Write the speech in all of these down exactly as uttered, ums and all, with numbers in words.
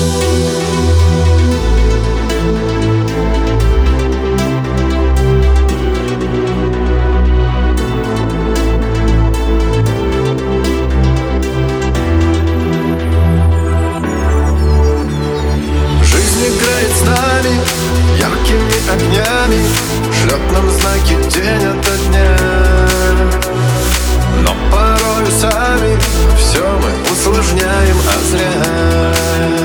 яркими огнями шлет нам знаки день ото дня. Но порою сами все мы усложняем, а зря.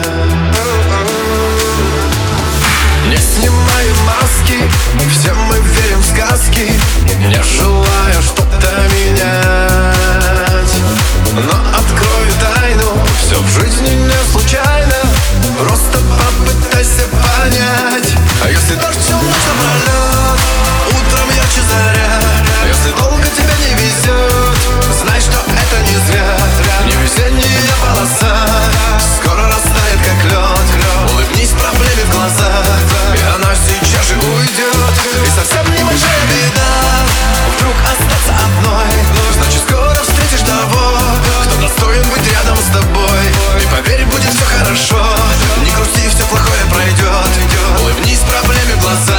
Не снимаем маски, все мы верим в сказки, не желая что-то менять. Но открою тайну, все в жизни не случайно, просто попытайся понять. А если дождь всю ночь напролет, утром ярче заря. А если долго тебя не везет, знай, что это не зря. Не везение полоса скоро растает, как лед. Улыбнись проблеме в глаза, и она сейчас же уйдет. И совсем небольшая беда вдруг остаться одной, значит скоро встретишь того, кто достоин быть рядом с тобой. И поверь, будет все хорошо, не грусти, все плохое пройдет. Улыбнись проблеме в глаза,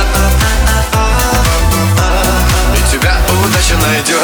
и тебя удача найдет.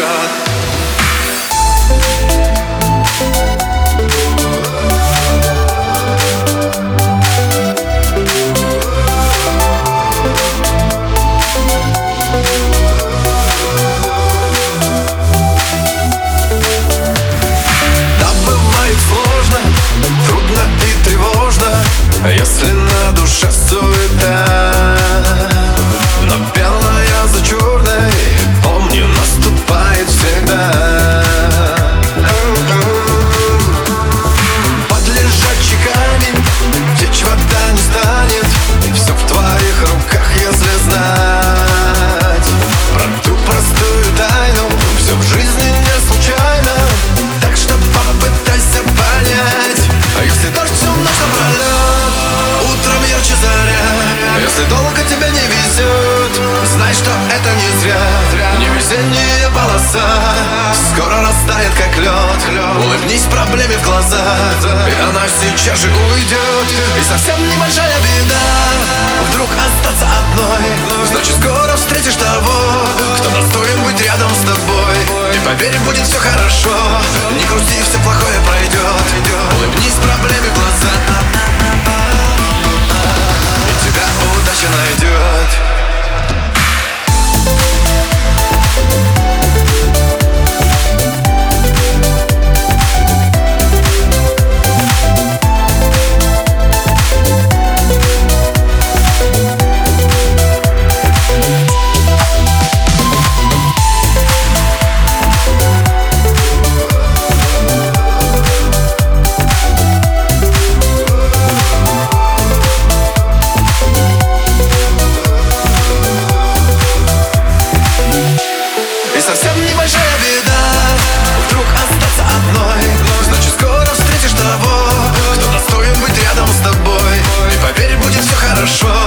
Если на душе суета, но белая за черной, помни, наступает всегда. Под лежачий камень течь вода не станет, все в твоих руках, если знать про ту простую тайну. Все в жизни не случайно, так что попытайся понять. А если дождь всю ночь напролет, утром ярче заря. Если долго тебя не везет, знай, что это не зря. Невезение полоса скоро растает, как лед. Улыбнись проблеме в глаза, и она сейчас же уйдет. И совсем небольшая беда вдруг остаться одной, значит скоро встретишь того, кто достоин быть рядом с тобой. И поверь, будет все хорошо, не грусти, все плохое пройдет. Улыбнись проблеме в глаза, и тебя удача найдет. Совсем небольшая беда вдруг остаться одной, значит скоро встретишь того, кто достоин быть рядом с тобой. И поверь, будет все хорошо,